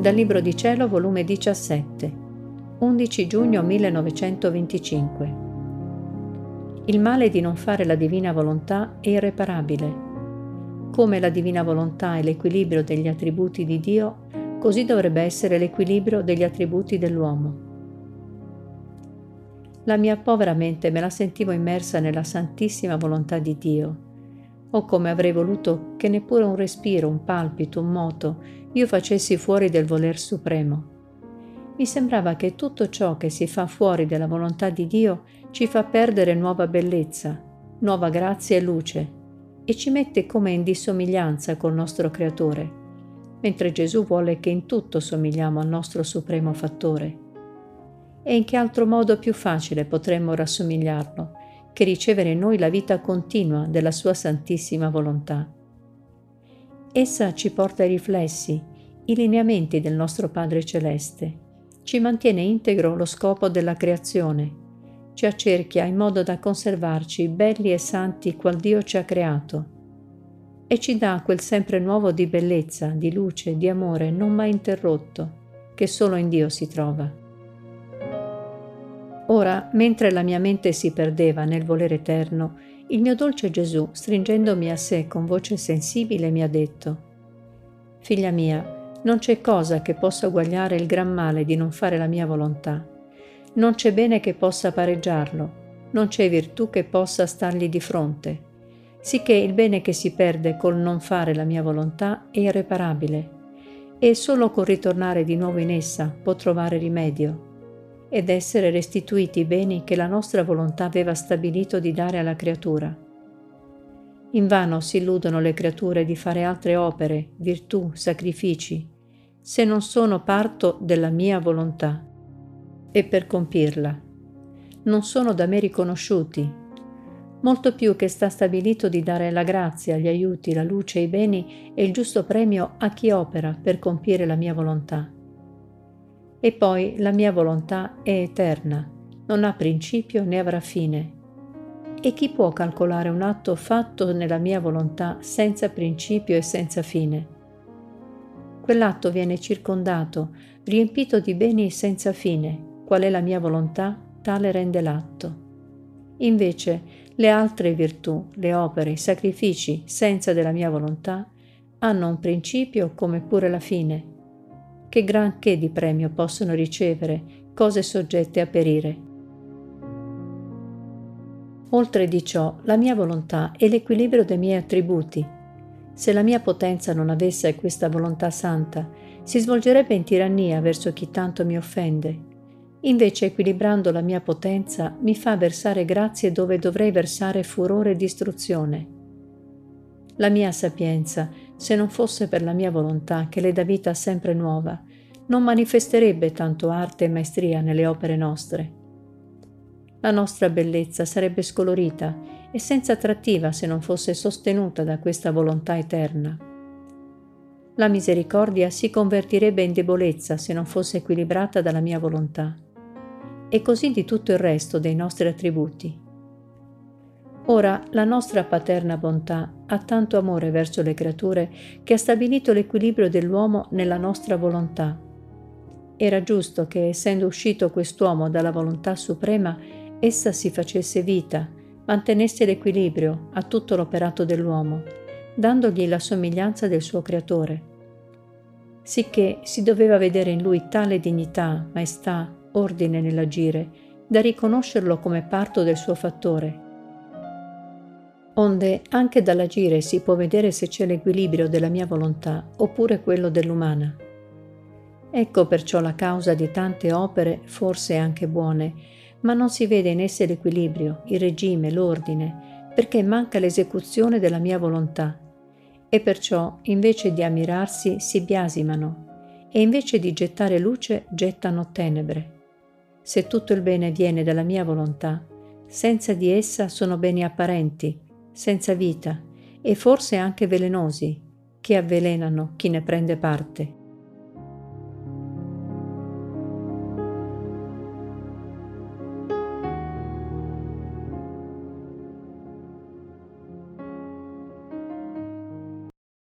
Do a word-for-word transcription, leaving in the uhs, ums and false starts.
Dal Libro di Cielo, volume diciassette, undici giugno millenovecentoventicinque. Il male di non fare la divina volontà è irreparabile. Come la divina volontà è l'equilibrio degli attributi di Dio, così dovrebbe essere l'equilibrio degli attributi dell'uomo. La mia povera mente me la sentivo immersa nella santissima volontà di Dio. Oh, come avrei voluto che neppure un respiro, un palpito, un moto io facessi fuori del voler supremo. Mi sembrava che tutto ciò che si fa fuori della volontà di Dio ci fa perdere nuova bellezza, nuova grazia e luce, e ci mette come in dissomiglianza col nostro Creatore, mentre Gesù vuole che in tutto somigliamo al nostro Supremo Fattore. E in che altro modo più facile potremmo rassomigliarlo che ricevere in noi la vita continua della sua santissima volontà? Essa ci porta ai riflessi, i lineamenti del nostro Padre Celeste, ci mantiene integro lo scopo della creazione, ci accerchia in modo da conservarci belli e santi qual Dio ci ha creato, e ci dà quel sempre nuovo di bellezza, di luce, di amore non mai interrotto, che solo in Dio si trova. Ora, mentre la mia mente si perdeva nel volere eterno, il mio dolce Gesù, stringendomi a sé con voce sensibile, mi ha detto: «Figlia mia, non c'è cosa che possa uguagliare il gran male di non fare la mia volontà. Non c'è bene che possa pareggiarlo, non c'è virtù che possa stargli di fronte, sicché il bene che si perde col non fare la mia volontà è irreparabile, e solo col ritornare di nuovo in essa può trovare rimedio, ed essere restituiti i beni che la nostra volontà aveva stabilito di dare alla creatura. Invano si illudono le creature di fare altre opere, virtù, sacrifici, se non sono parto della mia volontà, e per compirla. Non sono da me riconosciuti, molto più che sta stabilito di dare la grazia, gli aiuti, la luce e i beni e il giusto premio a chi opera per compiere la mia volontà. E poi la mia volontà è eterna, non ha principio né avrà fine. E chi può calcolare un atto fatto nella mia volontà senza principio e senza fine? Quell'atto viene circondato, riempito di beni senza fine. Qual è la mia volontà, tale rende l'atto. Invece le altre virtù, le opere, i sacrifici senza della mia volontà hanno un principio come pure la fine. Che granché di premio possono ricevere cose soggette a perire. Oltre di ciò, la mia volontà è l'equilibrio dei miei attributi. Se la mia potenza non avesse questa volontà santa, si svolgerebbe in tirannia verso chi tanto mi offende. Invece, equilibrando la mia potenza, mi fa versare grazie dove dovrei versare furore e distruzione. La mia sapienza, se non fosse per la mia volontà che le dà vita sempre nuova, non manifesterebbe tanto arte e maestria nelle opere nostre. La nostra bellezza sarebbe scolorita e senza attrattiva se non fosse sostenuta da questa volontà eterna. La misericordia si convertirebbe in debolezza se non fosse equilibrata dalla mia volontà, e così di tutto il resto dei nostri attributi. Ora la nostra paterna bontà ha tanto amore verso le creature che ha stabilito l'equilibrio dell'uomo nella nostra volontà. Era giusto che, essendo uscito quest'uomo dalla volontà suprema, essa si facesse vita, mantenesse l'equilibrio a tutto l'operato dell'uomo, dandogli la somiglianza del suo creatore. Sicché si doveva vedere in lui tale dignità, maestà, ordine nell'agire, da riconoscerlo come parto del suo fattore. Onde anche dall'agire si può vedere se c'è l'equilibrio della mia volontà oppure quello dell'umana. Ecco perciò la causa di tante opere, forse anche buone, ma non si vede in esse l'equilibrio, il regime, l'ordine, perché manca l'esecuzione della mia volontà, e perciò invece di ammirarsi si biasimano, e invece di gettare luce gettano tenebre. Se tutto il bene viene dalla mia volontà, senza di essa sono beni apparenti, senza vita, e forse anche velenosi, che avvelenano chi ne prende parte.